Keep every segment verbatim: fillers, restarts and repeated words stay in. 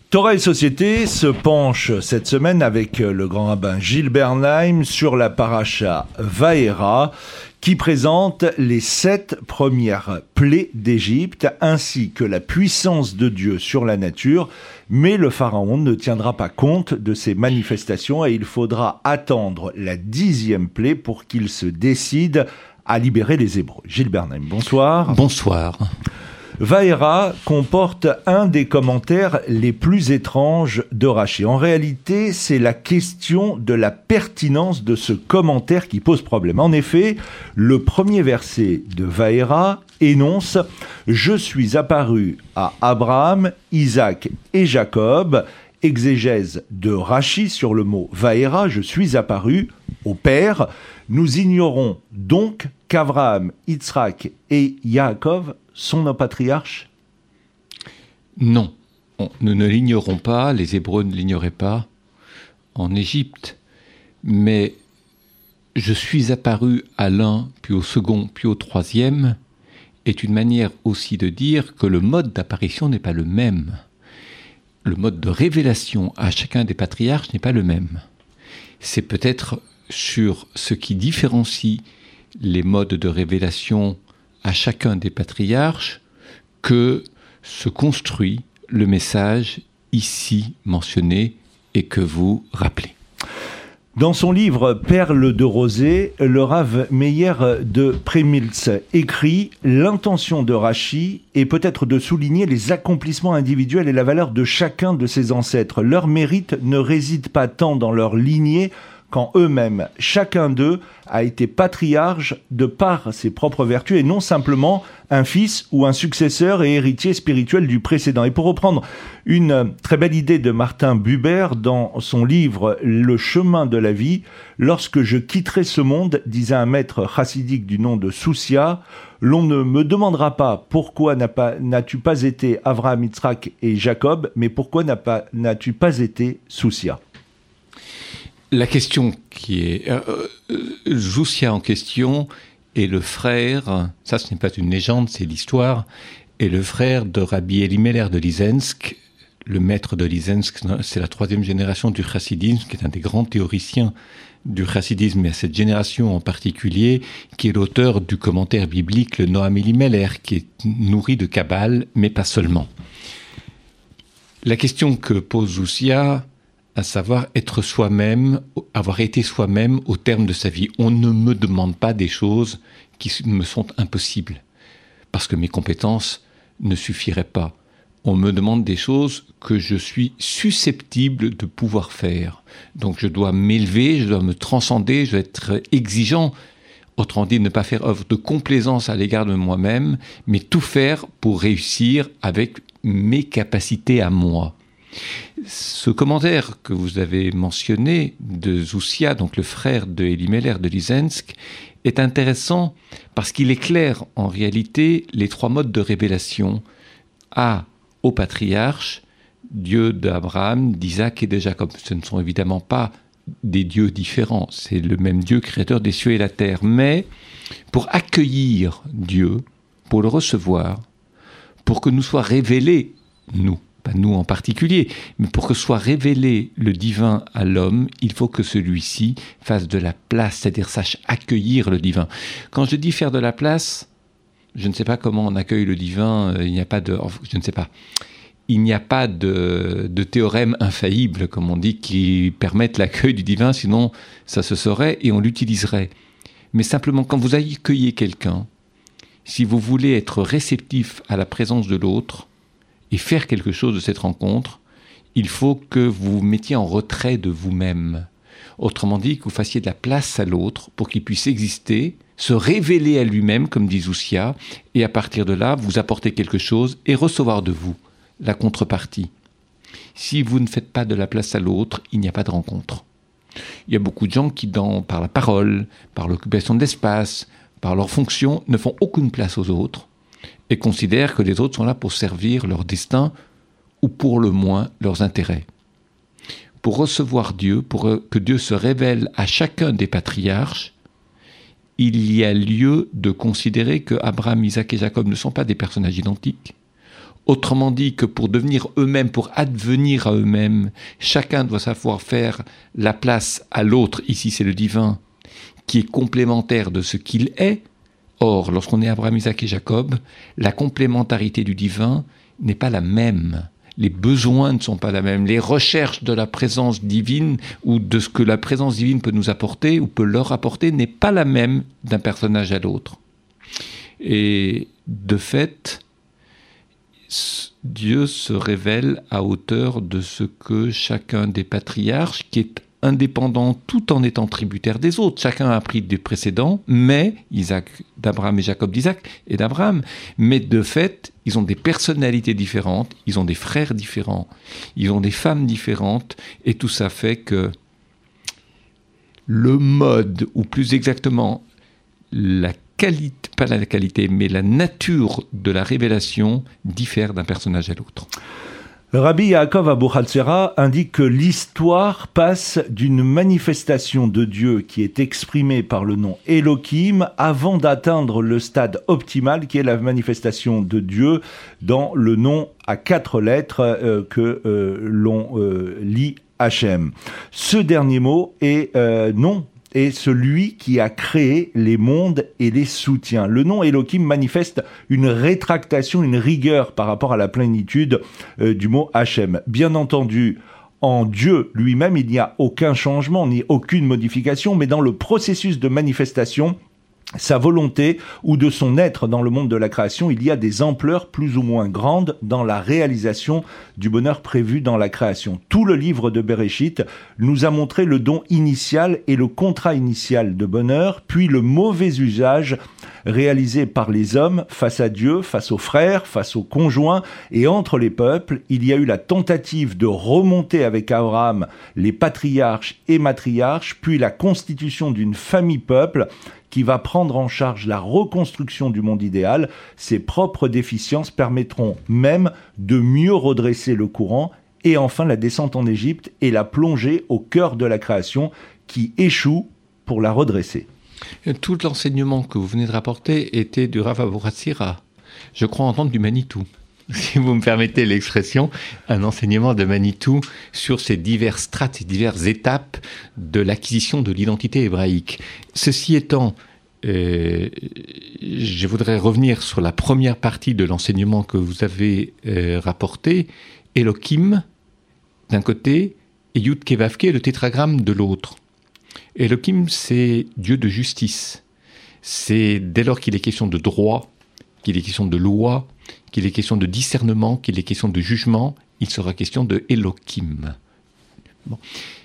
Torah et Société se penche cette semaine avec le grand rabbin Gilles Bernheim sur la paracha Vaera qui présente les sept premières plaies d'Égypte ainsi que la puissance de Dieu sur la nature. Mais le pharaon ne tiendra pas compte de ces manifestations et il faudra attendre la dixième plaie pour qu'il se décide à libérer les Hébreux. Gilles Bernheim, bonsoir. Bonsoir. Vaera comporte un des commentaires les plus étranges de Rachi. En réalité, c'est la question de la pertinence de ce commentaire qui pose problème. En effet, le premier verset de Vaera énonce « Je suis apparu à Abraham, Isaac et Jacob ». Exégèse de Rachi sur le mot Vaera, « Je suis apparu au Père ». Nous ignorons donc qu'Abraham, Yitzhak et Yaakov sont nos patriarches ? Non, on, nous ne l'ignorons pas, les Hébreux ne l'ignoraient pas en Égypte, mais je suis apparu à l'un, puis au second, puis au troisième, est une manière aussi de dire que le mode d'apparition n'est pas le même. Le mode de révélation à chacun des patriarches n'est pas le même. C'est peut-être sur ce qui différencie les modes de révélation à chacun des patriarches que se construit le message ici mentionné et que vous rappelez. Dans son livre « Perles de rosée », le Rav Meyer de Premiltz écrit « L'intention de Rachi est peut-être de souligner les accomplissements individuels et la valeur de chacun de ses ancêtres. Leur mérite ne réside pas tant dans leur lignée qu'en eux-mêmes. Chacun d'eux a été patriarche de par ses propres vertus et non simplement un fils ou un successeur et héritier spirituel du précédent. » Et pour reprendre une très belle idée de Martin Buber dans son livre « Le chemin de la vie », « Lorsque je quitterai ce monde, disait un maître chassidique du nom de Soussia, l'on ne me demandera pas pourquoi n'a pas, n'as-tu pas été Avraham, Yitzhak et Jacob, mais pourquoi n'a pas, n'as-tu pas été Soussia ? La question qui est... Euh, euh, Soussia en question est le frère, ça ce n'est pas une légende, c'est l'histoire, est le frère de Rabbi Elimelech de Lizensk. Le maître de Lizensk, c'est la troisième génération du chassidisme, qui est un des grands théoriciens du chassidisme, et à cette génération en particulier, qui est l'auteur du commentaire biblique, le Noam Elimelech, qui est nourri de Kabbale, mais pas seulement. La question que pose Soussia, à savoir être soi-même, avoir été soi-même au terme de sa vie. On ne me demande pas des choses qui me sont impossibles, parce que mes compétences ne suffiraient pas. On me demande des choses que je suis susceptible de pouvoir faire. Donc je dois m'élever, je dois me transcender, je dois être exigeant. Autrement dit, ne pas faire œuvre de complaisance à l'égard de moi-même, mais tout faire pour réussir avec mes capacités à moi. Ce commentaire que vous avez mentionné de Soussia, donc le frère de Elimelech de Lizensk, est intéressant parce qu'il éclaire en réalité les trois modes de révélation à au patriarche, Dieu d'Abraham, d'Isaac et de Jacob. Ce ne sont évidemment pas des dieux différents, c'est le même Dieu créateur des cieux et la terre. Mais pour accueillir Dieu, pour le recevoir, pour que nous soit révélé, nous, pas nous en particulier, mais pour que soit révélé le divin à l'homme, il faut que celui-ci fasse de la place, c'est-à-dire sache accueillir le divin. Quand je dis faire de la place, je ne sais pas comment on accueille le divin, il n'y a pas de... Je ne sais pas. Il n'y a pas de, de théorème infaillible, comme on dit, qui permette l'accueil du divin, sinon ça se saurait et on l'utiliserait. Mais simplement, quand vous accueillez quelqu'un, si vous voulez être réceptif à la présence de l'autre et faire quelque chose de cette rencontre, il faut que vous vous mettiez en retrait de vous-même. Autrement dit, que vous fassiez de la place à l'autre pour qu'il puisse exister, se révéler à lui-même, comme dit Soussia, et à partir de là, vous apporter quelque chose et recevoir de vous la contrepartie. Si vous ne faites pas de la place à l'autre, il n'y a pas de rencontre. Il y a beaucoup de gens qui, dans, par la parole, par l'occupation de l'espace, par leur fonction, ne font aucune place aux autres et considèrent que les autres sont là pour servir leur destin ou pour le moins leurs intérêts. Pour recevoir Dieu, pour que Dieu se révèle à chacun des patriarches, il y a lieu de considérer que Abraham, Isaac et Jacob ne sont pas des personnages identiques. Autrement dit que pour devenir eux-mêmes, pour advenir à eux-mêmes, chacun doit savoir faire la place à l'autre, ici c'est le divin, qui est complémentaire de ce qu'il est. Or, lorsqu'on est Abraham, Isaac et Jacob, la complémentarité du divin n'est pas la même. Les besoins ne sont pas la même. Les recherches de la présence divine ou de ce que la présence divine peut nous apporter ou peut leur apporter n'est pas la même d'un personnage à l'autre. Et de fait, Dieu se révèle à hauteur de ce que chacun des patriarches, qui est indépendant tout en étant tributaire des autres. Chacun a appris des précédents, mais Isaac d'Abraham et Jacob d'Isaac et d'Abraham. Mais de fait, ils ont des personnalités différentes, ils ont des frères différents, ils ont des femmes différentes, et tout ça fait que le mode, ou plus exactement la qualité, pas la qualité, mais la nature de la révélation diffère d'un personnage à l'autre. Rabbi Yaakov Abuchatzera indique que l'histoire passe d'une manifestation de Dieu qui est exprimée par le nom Elohim avant d'atteindre le stade optimal qui est la manifestation de Dieu dans le nom à quatre lettres euh, que euh, l'on euh, lit Hachem. Ce dernier mot est euh, non. est celui qui a créé les mondes et les soutient. Le nom Elohim manifeste une rétractation, une rigueur par rapport à la plénitude euh, du mot Hachem. Bien entendu, en Dieu lui-même, il n'y a aucun changement ni aucune modification, mais dans le processus de manifestation, sa volonté ou de son être dans le monde de la création, il y a des ampleurs plus ou moins grandes dans la réalisation du bonheur prévu dans la création. Tout le livre de Bereshit nous a montré le don initial et le contrat initial de bonheur, puis le mauvais usage réalisé par les hommes face à Dieu, face aux frères, face aux conjoints et entre les peuples. Il y a eu la tentative de remonter avec Abraham les patriarches et matriarches, puis la constitution d'une famille-peuple qui va prendre en charge la reconstruction du monde idéal. Ses propres déficiences permettront même de mieux redresser le courant et enfin la descente en Égypte et la plongée au cœur de la création qui échoue pour la redresser. Tout l'enseignement que vous venez de rapporter était du Rav Abuchatzera. Je crois entendre du Manitou, si vous me permettez l'expression, un enseignement de Manitou sur ces diverses strates, ces diverses étapes de l'acquisition de l'identité hébraïque. Ceci étant, euh, je voudrais revenir sur la première partie de l'enseignement que vous avez euh, rapporté, Elohim d'un côté et Yud Kei Vav Kei, le tétragramme de l'autre. Elohim, c'est Dieu de justice. C'est dès lors qu'il est question de droit, qu'il est question de loi, qu'il est question de discernement, qu'il est question de jugement, il sera question de Elohim. Bon.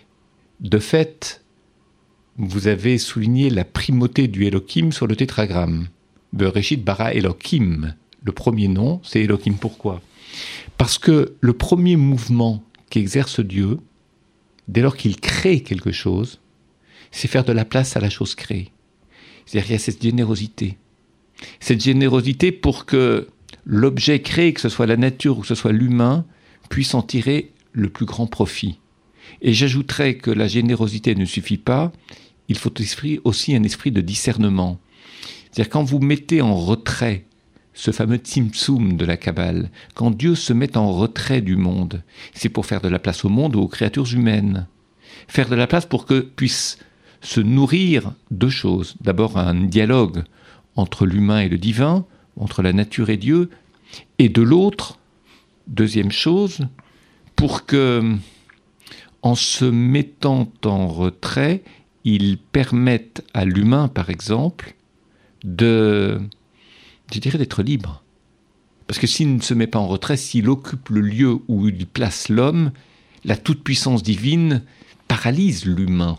De fait, vous avez souligné la primauté du Elohim sur le tétragramme. Bereshit bara Elohim. Le premier nom, c'est Elohim. Pourquoi ? Parce que le premier mouvement qu'exerce Dieu, dès lors qu'il crée quelque chose, c'est faire de la place à la chose créée. C'est-à-dire qu'il y a cette générosité. Cette générosité pour que l'objet créé, que ce soit la nature ou que ce soit l'humain, puisse en tirer le plus grand profit. Et j'ajouterais que la générosité ne suffit pas, il faut aussi un esprit de discernement. C'est-à-dire quand vous mettez en retrait ce fameux Tzimtzum de la Kabbale, quand Dieu se met en retrait du monde, c'est pour faire de la place au monde ou aux créatures humaines. Faire de la place pour que puisse se nourrir deux choses. D'abord un dialogue entre l'humain et le divin, entre la nature et Dieu, et de l'autre, deuxième chose, pour que, en se mettant en retrait, il permette à l'humain, par exemple, de, je dirais, d'être libre. Parce que s'il ne se met pas en retrait, s'il occupe le lieu où il place l'homme, la toute-puissance divine paralyse l'humain.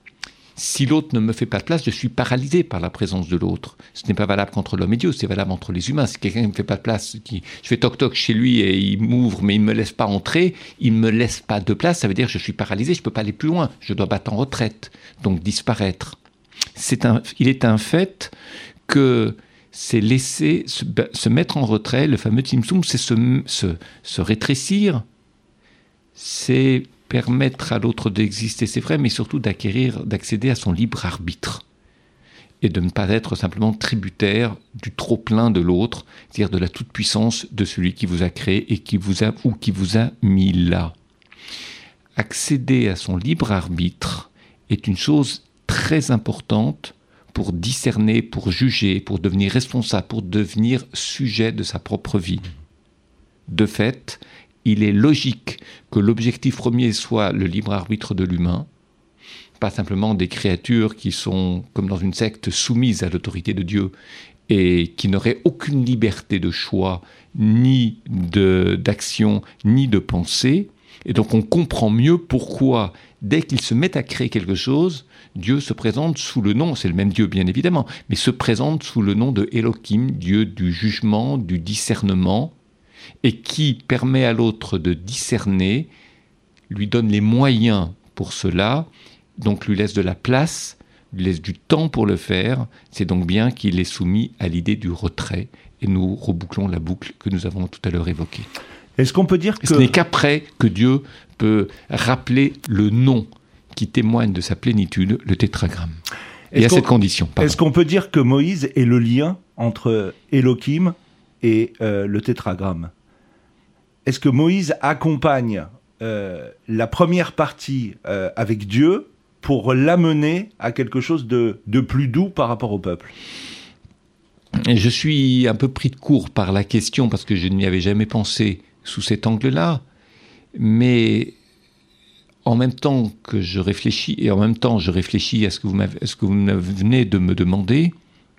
Si l'autre ne me fait pas de place, je suis paralysé par la présence de l'autre. Ce n'est pas valable qu'entre l'homme et Dieu, c'est valable entre les humains. Si quelqu'un ne me fait pas de place, qui, je fais toc-toc chez lui et il m'ouvre, mais il ne me laisse pas entrer, il ne me laisse pas de place, ça veut dire que je suis paralysé, je ne peux pas aller plus loin, je dois battre en retraite, donc disparaître. C'est un, il est un fait que c'est laisser se, se mettre en retrait, le fameux Tzimtzum, c'est se, se, se rétrécir, c'est permettre à l'autre d'exister, c'est vrai, mais surtout d'acquérir, d'accéder à son libre arbitre. et de ne pas être simplement tributaire du trop-plein de l'autre, c'est-à-dire de la toute-puissance de celui qui vous a créé et qui vous a, ou qui vous a mis là. Accéder à son libre arbitre est une chose très importante pour discerner, pour juger, pour devenir responsable, pour devenir sujet de sa propre vie. De fait, il est logique que l'objectif premier soit le libre arbitre de l'humain, pas simplement des créatures qui sont, comme dans une secte, soumises à l'autorité de Dieu et qui n'auraient aucune liberté de choix, ni de, d'action, ni de pensée. Et donc on comprend mieux pourquoi, dès qu'ils se mettent à créer quelque chose, Dieu se présente sous le nom, c'est le même Dieu bien évidemment, mais se présente sous le nom de Elohim, Dieu du jugement, du discernement, et qui permet à l'autre de discerner, lui donne les moyens pour cela, donc lui laisse de la place, lui laisse du temps pour le faire. C'est donc bien qu'il est soumis à l'idée du retrait, et nous rebouclons la boucle que nous avons tout à l'heure évoquée. Est-ce qu'on peut dire que... Ce n'est qu'après que Dieu peut rappeler le nom qui témoigne de sa plénitude, le tétragramme. Et à cette condition. Pardon. Est-ce qu'on peut dire que Moïse est le lien entre Elohim et euh, le tétragramme ? Est-ce que Moïse accompagne euh, la première partie euh, avec Dieu pour l'amener à quelque chose de, de plus doux par rapport au peuple ? Je suis un peu pris de court par la question parce que je n'y avais jamais pensé sous cet angle-là, mais en même temps que je réfléchis, et en même temps je réfléchis à ce que vous, m'avez, à ce que vous venez de me demander,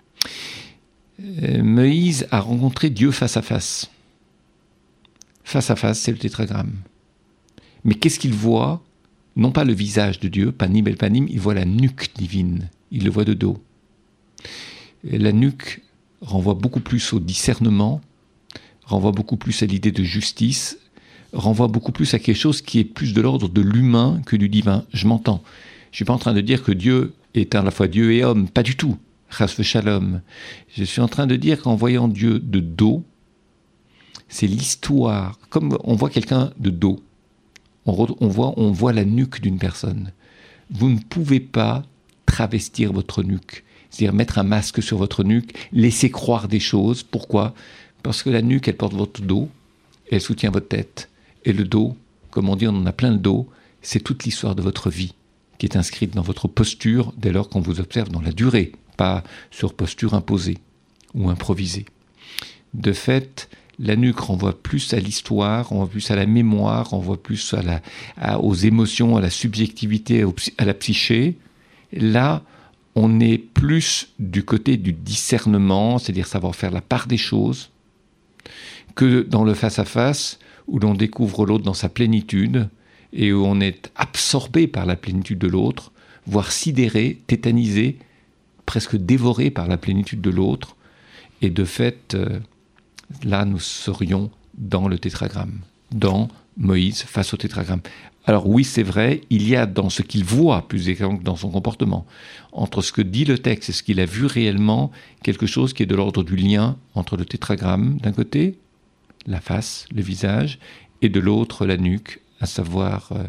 euh, Moïse a rencontré Dieu face à face. Face à face, c'est le tétragramme. Mais qu'est-ce qu'il voit ? Non pas le visage de Dieu, panim el panim, il voit la nuque divine, il le voit de dos. Et la nuque renvoie beaucoup plus au discernement, renvoie beaucoup plus à l'idée de justice, renvoie beaucoup plus à quelque chose qui est plus de l'ordre de l'humain que du divin. Je m'entends. Je ne suis pas en train de dire que Dieu est à la fois Dieu et homme, pas du tout. Chas v'shalom. Je suis en train de dire qu'en voyant Dieu de dos, c'est l'histoire. Comme on voit quelqu'un de dos, on, re, on, voit, on voit la nuque d'une personne. Vous ne pouvez pas travestir votre nuque, c'est-à-dire mettre un masque sur votre nuque, laisser croire des choses. Pourquoi ? Parce que la nuque, elle porte votre dos, elle soutient votre tête. Et le dos, comme on dit, on en a plein le dos, c'est toute l'histoire de votre vie qui est inscrite dans votre posture dès lors qu'on vous observe dans la durée, pas sur posture imposée ou improvisée. De fait, la nuque renvoie plus à l'histoire, renvoie plus à la mémoire, renvoie plus à la, à, aux émotions, à la subjectivité, à la psyché. Là, on est plus du côté du discernement, c'est-à-dire savoir faire la part des choses, que dans le face-à-face, où l'on découvre l'autre dans sa plénitude, et où on est absorbé par la plénitude de l'autre, voire sidéré, tétanisé, presque dévoré par la plénitude de l'autre. Et de fait, euh, là, nous serions dans le tétragramme, dans Moïse face au tétragramme. Alors oui, c'est vrai, il y a dans ce qu'il voit, plus exactement que dans son comportement, entre ce que dit le texte et ce qu'il a vu réellement, quelque chose qui est de l'ordre du lien entre le tétragramme, d'un côté, la face, le visage, et de l'autre, la nuque, à savoir euh,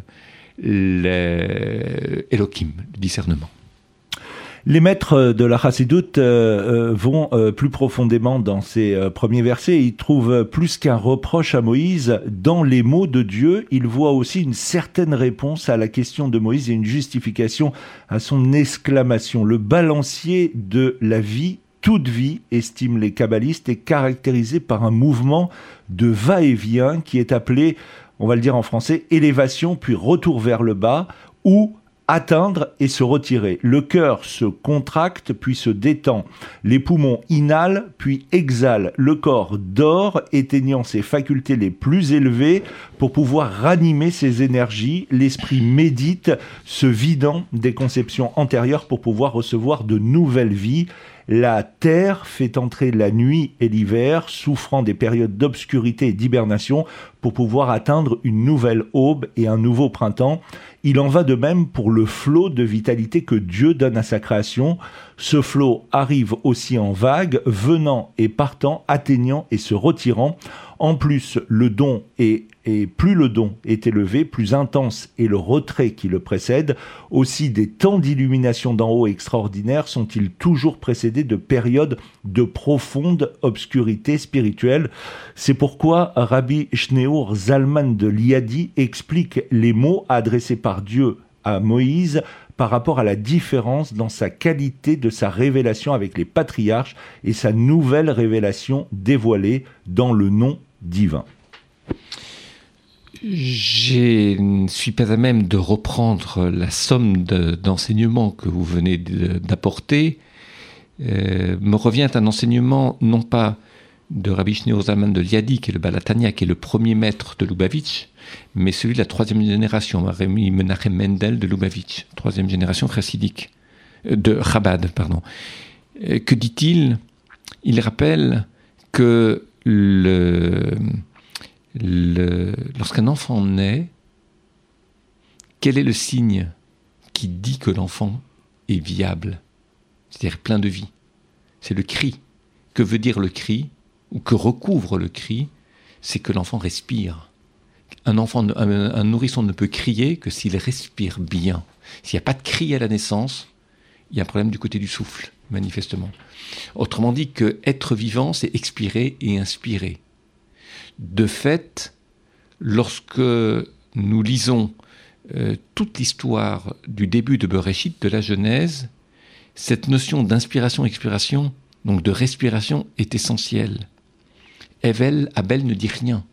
l'Elohim, le discernement. Les maîtres de la Chassidoute euh, vont euh, plus profondément dans ces euh, premiers versets. Ils trouvent plus qu'un reproche à Moïse. Dans les mots de Dieu, ils voient aussi une certaine réponse à la question de Moïse et une justification à son exclamation. Le balancier de la vie, toute vie, estiment les kabbalistes, est caractérisé par un mouvement de va-et-vient qui est appelé, on va le dire en français, élévation puis retour vers le bas, ou atteindre et se retirer. Le cœur se contracte puis se détend. Les poumons inhalent puis exhalent. Le corps dort, éteignant ses facultés les plus élevées pour pouvoir ranimer ses énergies. L'esprit médite, se vidant des conceptions antérieures pour pouvoir recevoir de nouvelles vies. La terre fait entrer la nuit et l'hiver, souffrant des périodes d'obscurité et d'hibernation, pour pouvoir atteindre une nouvelle aube et un nouveau printemps. Il en va de même pour le flot de vitalité que Dieu donne à sa création. Ce flot arrive aussi en vagues, venant et partant, atteignant et se retirant. En plus, le don est et plus le don est élevé, plus intense est le retrait qui le précède. Aussi, des temps d'illumination d'en haut extraordinaires sont-ils toujours précédés de périodes de profonde obscurité spirituelle. C'est pourquoi Rabbi Shneur Zalman de Liadi explique les mots adressés par Dieu à Moïse par rapport à la différence dans sa qualité de sa révélation avec les patriarches et sa nouvelle révélation dévoilée dans le nom divin. Je ne suis pas à même de reprendre la somme de, d'enseignements que vous venez de, d'apporter. Euh, me revient un enseignement non pas de Rabbi Shneur Zalman de Liadi, qui est le Balatania, qui est le premier maître de Lubavitch, mais celui de la troisième génération, Rabbi Menachem Mendel de Lubavitch, troisième génération chassidique, de Chabad, pardon. Euh, que dit-il ? Il rappelle que le... Le, lorsqu'un enfant naît, quel est le signe qui dit que l'enfant est viable, c'est-à-dire plein de vie ? C'est le cri. Que veut dire le cri, ou que recouvre le cri ? C'est que l'enfant respire. Un enfant, un, un nourrisson ne peut crier que s'il respire bien. S'il n'y a pas de cri à la naissance, il y a un problème du côté du souffle, manifestement. Autrement dit, que être vivant, c'est expirer et inspirer. De fait, lorsque nous lisons euh, toute l'histoire du début de Bereshit, de la Genèse, cette notion d'inspiration-expiration, donc de respiration, est essentielle. Evel, Abel ne dit rien.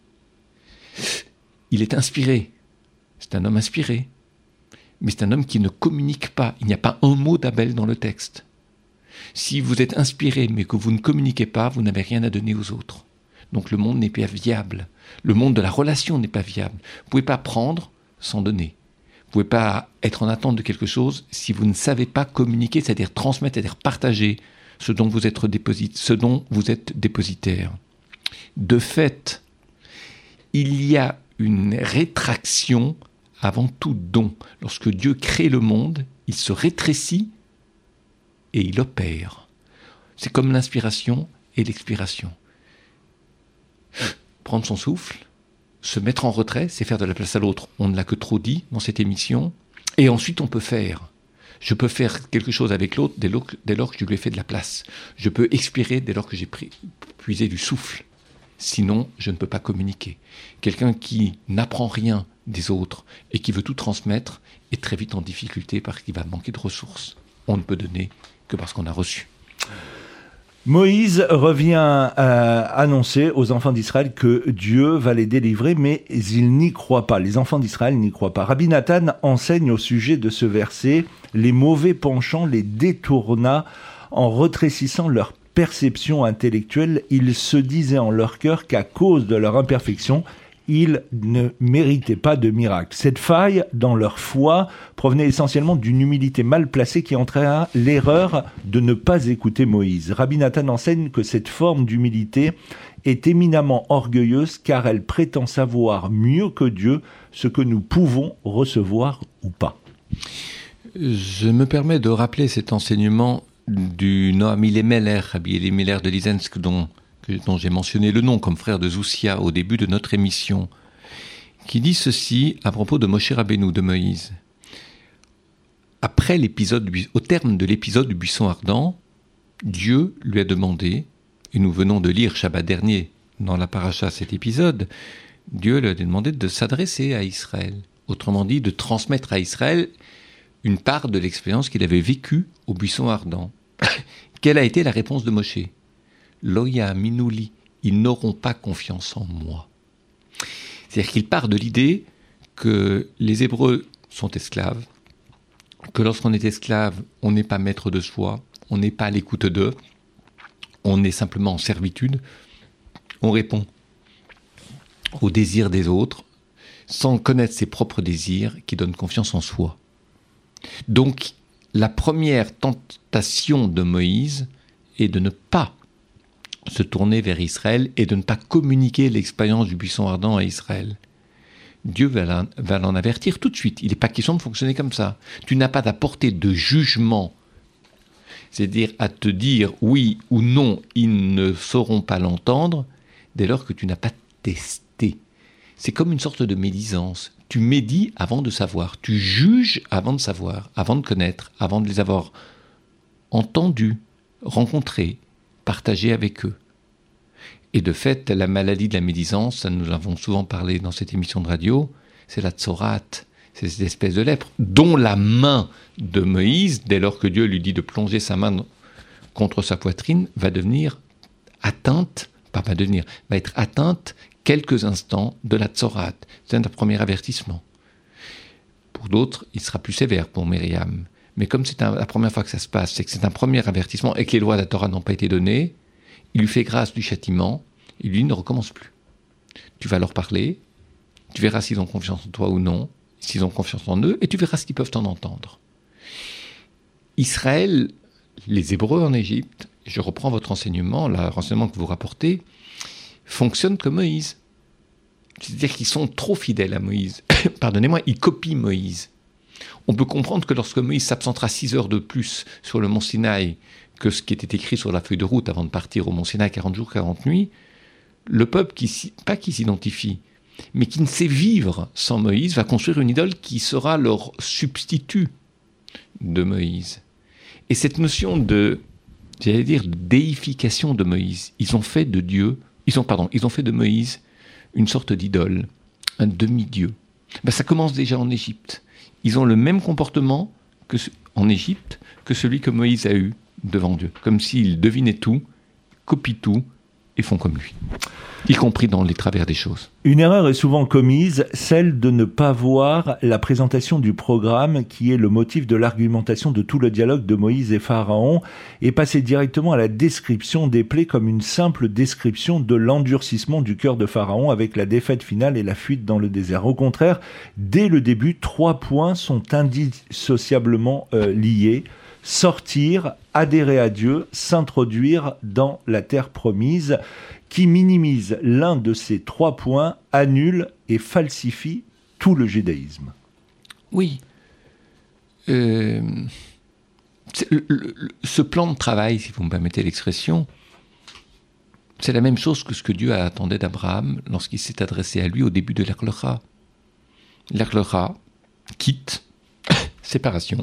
Il est inspiré. C'est un homme inspiré. Mais c'est un homme qui ne communique pas. Il n'y a pas un mot d'Abel dans le texte. Si vous êtes inspiré, mais que vous ne communiquez pas, vous n'avez rien à donner aux autres. Donc le monde n'est pas viable. Le monde de la relation n'est pas viable. Vous ne pouvez pas prendre sans donner. Vous ne pouvez pas être en attente de quelque chose si vous ne savez pas communiquer, c'est-à-dire transmettre, c'est-à-dire partager ce dont vous êtes, déposit- ce dont vous êtes dépositaire. De fait, il y a une rétraction avant tout don. Lorsque Dieu crée le monde, il se rétrécit et il opère. C'est comme l'inspiration et l'expiration. Prendre son souffle, se mettre en retrait, c'est faire de la place à l'autre. On ne l'a que trop dit dans cette émission. Et ensuite, on peut faire. Je peux faire quelque chose avec l'autre dès lors, dès lors que je lui ai fait de la place. Je peux expirer dès lors que j'ai pris, puisé du souffle. Sinon, je ne peux pas communiquer. Quelqu'un qui n'apprend rien des autres et qui veut tout transmettre est très vite en difficulté parce qu'il va manquer de ressources. On ne peut donner que parce qu'on a reçu. Moïse revient euh, annoncer aux enfants d'Israël que Dieu va les délivrer, mais ils n'y croient pas. Les enfants d'Israël n'y croient pas. Rabbi Nathan enseigne au sujet de ce verset, les mauvais penchants les détourna en rétrécissant leur perception intellectuelle. Ils se disaient en leur cœur qu'à cause de leur imperfection, ils ne méritaient pas de miracle. Cette faille dans leur foi provenait essentiellement d'une humilité mal placée qui entraîna l'erreur de ne pas écouter Moïse. Rabbi Nathan enseigne que cette forme d'humilité est éminemment orgueilleuse car elle prétend savoir mieux que Dieu ce que nous pouvons recevoir ou pas. Je me permets de rappeler cet enseignement du Noam Elimelech, Rabbi Elimelech de Lizensk, dont dont j'ai mentionné le nom comme frère de Zoussia au début de notre émission, qui dit ceci à propos de Moshe Rabbeinu, de Moïse. Après l'épisode, au terme de l'épisode du buisson ardent, Dieu lui a demandé, et nous venons de lire Shabbat dernier dans la paracha cet épisode, Dieu lui a demandé de s'adresser à Israël, autrement dit de transmettre à Israël une part de l'expérience qu'il avait vécue au buisson ardent. Quelle a été la réponse de Moshe ? Loya Minouli, ils n'auront pas confiance en moi. C'est-à-dire qu'il part de l'idée que les Hébreux sont esclaves, que lorsqu'on est esclave, on n'est pas maître de soi, on n'est pas à l'écoute d'eux, on est simplement en servitude, on répond aux désirs des autres, sans connaître ses propres désirs qui donnent confiance en soi. Donc, la première tentation de Moïse est de ne pas se tourner vers Israël et de ne pas communiquer l'expérience du buisson ardent à Israël. Dieu va l'en, va l'en avertir tout de suite. Il n'est pas question de fonctionner comme ça. Tu n'as pas à porter de jugement, c'est-à-dire à te dire oui ou non, ils ne sauront pas l'entendre, dès lors que tu n'as pas testé. c'est comme une sorte de médisance. Tu médis avant de savoir, tu juges avant de savoir, avant de connaître, avant de les avoir entendus, rencontrés, partagés avec eux. Et de fait, la maladie de la médisance, ça nous l'avons souvent parlé dans cette émission de radio, c'est la tsorate, c'est cette espèce de lèpre, dont la main de Moïse, dès lors que Dieu lui dit de plonger sa main contre sa poitrine, va devenir atteinte, pas va devenir, va être atteinte quelques instants de la tsorate. C'est un premier avertissement. Pour d'autres, il sera plus sévère pour Myriam. Mais comme c'est un, la première fois que ça se passe, c'est que c'est un premier avertissement et que les lois de la Torah n'ont pas été données, il lui fait grâce du châtiment, il lui dit ne recommence plus. Tu vas leur parler, tu verras s'ils ont confiance en toi ou non, s'ils ont confiance en eux, et tu verras ce qu'ils peuvent t'en entendre. Israël, les Hébreux en Égypte, je reprends votre enseignement, le renseignement que vous rapportez, fonctionnent comme Moïse. C'est-à-dire qu'ils sont trop fidèles à Moïse. Pardonnez-moi, ils copient Moïse. On peut comprendre que lorsque Moïse s'absentera six heures de plus sur le mont Sinaï que ce qui était écrit sur la feuille de route avant de partir au mont Sinaï, quarante jours, quarante nuits, le peuple, qui, pas qui s'identifie, mais qui ne sait vivre sans Moïse, va construire une idole qui sera leur substitut de Moïse. Et cette notion de, j'allais dire, déification de Moïse, ils ont fait de Dieu, ils ont, pardon, ils ont fait de Moïse une sorte d'idole, un demi-dieu. Ben, ça commence déjà en Égypte. Ils ont le même comportement que, en Égypte que celui que Moïse a eu devant Dieu. Comme s'ils devinaient tout, copient tout et font comme lui. Y compris dans les travers des choses. Une erreur est souvent commise, celle de ne pas voir la présentation du programme qui est le motif de l'argumentation de tout le dialogue de Moïse et Pharaon et passer directement à la description des plaies comme une simple description de l'endurcissement du cœur de Pharaon avec la défaite finale et la fuite dans le désert. Au contraire, dès le début, trois points sont indissociablement euh, liés. Sortir, adhérer à Dieu, s'introduire dans la terre promise. Qui minimise l'un de ces trois points, annule et falsifie tout le judaïsme. Oui. Euh, le, le, ce plan de travail, si vous me permettez l'expression, c'est la même chose que ce que Dieu attendait d'Abraham lorsqu'il s'est adressé à lui au début de l'Erlecha. L'Erlecha, quitte, séparation.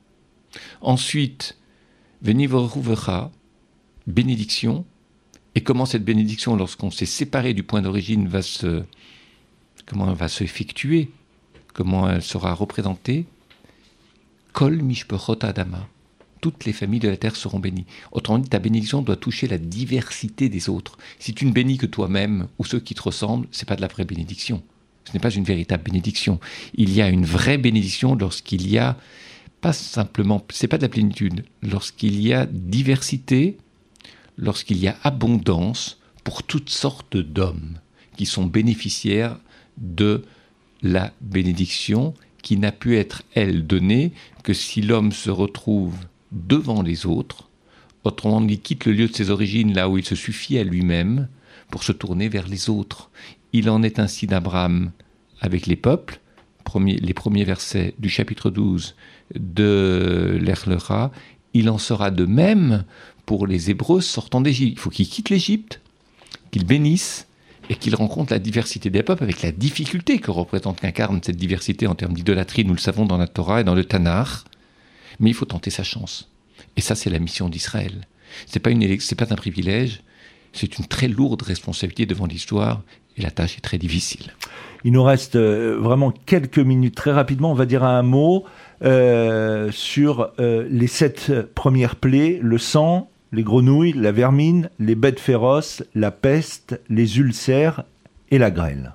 Ensuite, Venivoruvecha, bénédiction. Et comment cette bénédiction, lorsqu'on s'est séparé du point d'origine, va se, comment elle va se effectuer, comment elle sera représentée. Kol mishpachot adama. Toutes les familles de la terre seront bénies. Autrement dit, ta bénédiction doit toucher la diversité des autres. Si tu ne bénis que toi-même ou ceux qui te ressemblent, c'est pas de la vraie bénédiction. Ce n'est pas une véritable bénédiction. Il y a une vraie bénédiction lorsqu'il y a, pas simplement, c'est pas de la plénitude, lorsqu'il y a diversité, lorsqu'il y a abondance pour toutes sortes d'hommes qui sont bénéficiaires de la bénédiction qui n'a pu être, elle, donnée que si l'homme se retrouve devant les autres, autrement dit, quitte le lieu de ses origines, là où il se suffit à lui-même, pour se tourner vers les autres. Il en est ainsi d'Abraham avec les peuples, premier, les premiers versets du chapitre douze de l'Erlecha. Il en sera de même pour les Hébreux sortant d'Égypte. Il faut qu'ils quittent l'Égypte, qu'ils bénissent et qu'ils rencontrent la diversité des peuples avec la difficulté que représente, qu'incarne cette diversité en termes d'idolâtrie. Nous le savons dans la Torah et dans le Tanakh. Mais il faut tenter sa chance. Et ça, c'est la mission d'Israël. C'est pas une, c'est pas un privilège, c'est une très lourde responsabilité devant l'histoire et la tâche est très difficile. Il nous reste vraiment quelques minutes. Très rapidement, on va dire un mot euh, sur euh, les sept premières plaies, le sang, les grenouilles, la vermine, les bêtes féroces, la peste, les ulcères et la grêle.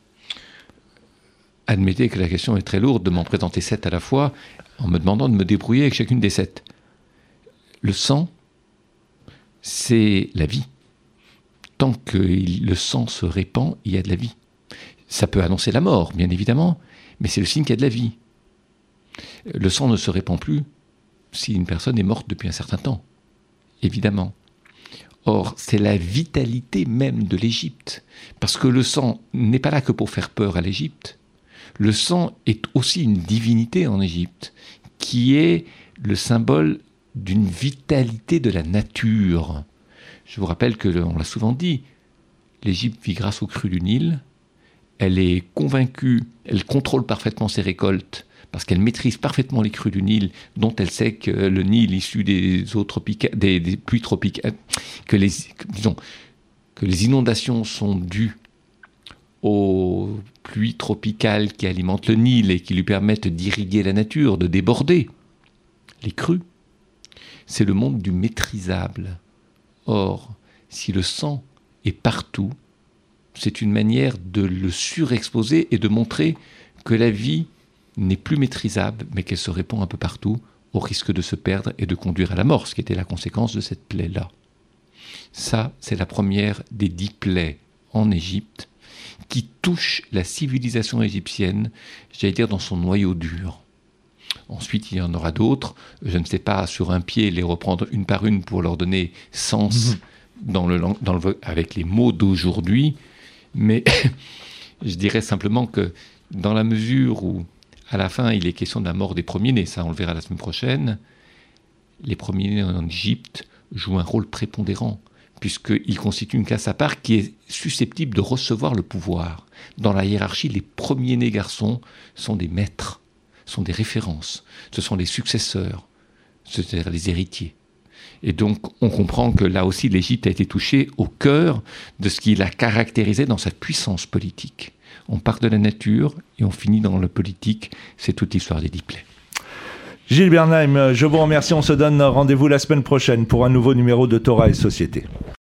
Admettez que la question est très lourde de m'en présenter sept à la fois, en me demandant de me débrouiller avec chacune des sept. Le sang, c'est la vie. Tant que le sang se répand, il y a de la vie. Ça peut annoncer la mort, bien évidemment, mais c'est le signe qu'il y a de la vie. Le sang ne se répand plus si une personne est morte depuis un certain temps, évidemment. Or, c'est la vitalité même de l'Égypte, parce que le sang n'est pas là que pour faire peur à l'Égypte. Le sang est aussi une divinité en Égypte, qui est le symbole d'une vitalité de la nature. Je vous rappelle que, on l'a souvent dit, l'Égypte vit grâce au cru du Nil, elle est convaincue, elle contrôle parfaitement ses récoltes, parce qu'elle maîtrise parfaitement les crues du Nil, dont elle sait que le Nil issu des eaux tropicales, des, des pluies tropicales, que les, que, disons, que les inondations sont dues aux pluies tropicales qui alimentent le Nil et qui lui permettent d'irriguer la nature, de déborder les crues. C'est le monde du maîtrisable. Or, si le sang est partout, c'est une manière de le surexposer et de montrer que la vie n'est plus maîtrisable, mais qu'elle se répand un peu partout, au risque de se perdre et de conduire à la mort, ce qui était la conséquence de cette plaie-là. Ça, c'est la première des dix plaies en Égypte, qui touche la civilisation égyptienne, j'allais dire dans son noyau dur. Ensuite, il y en aura d'autres. Je ne sais pas, sur un pied, les reprendre une par une pour leur donner sens mmh. dans le, dans le, avec les mots d'aujourd'hui. Mais je dirais simplement que dans la mesure où, à la fin, il est question de la mort des premiers-nés, ça on le verra la semaine prochaine, les premiers-nés en Égypte jouent un rôle prépondérant, puisqu'ils constituent une classe à part qui est susceptible de recevoir le pouvoir. Dans la hiérarchie, les premiers-nés garçons sont des maîtres, sont des références, ce sont les successeurs, c'est-à-dire les héritiers. Et donc, on comprend que là aussi, l'Égypte a été touchée au cœur de ce qui la caractérisait dans sa puissance politique. On part de la nature et on finit dans le politique, c'est toute l'histoire des dix plaies. Gilles Bernheim, je vous remercie, on se donne rendez-vous la semaine prochaine pour un nouveau numéro de Torah et Société.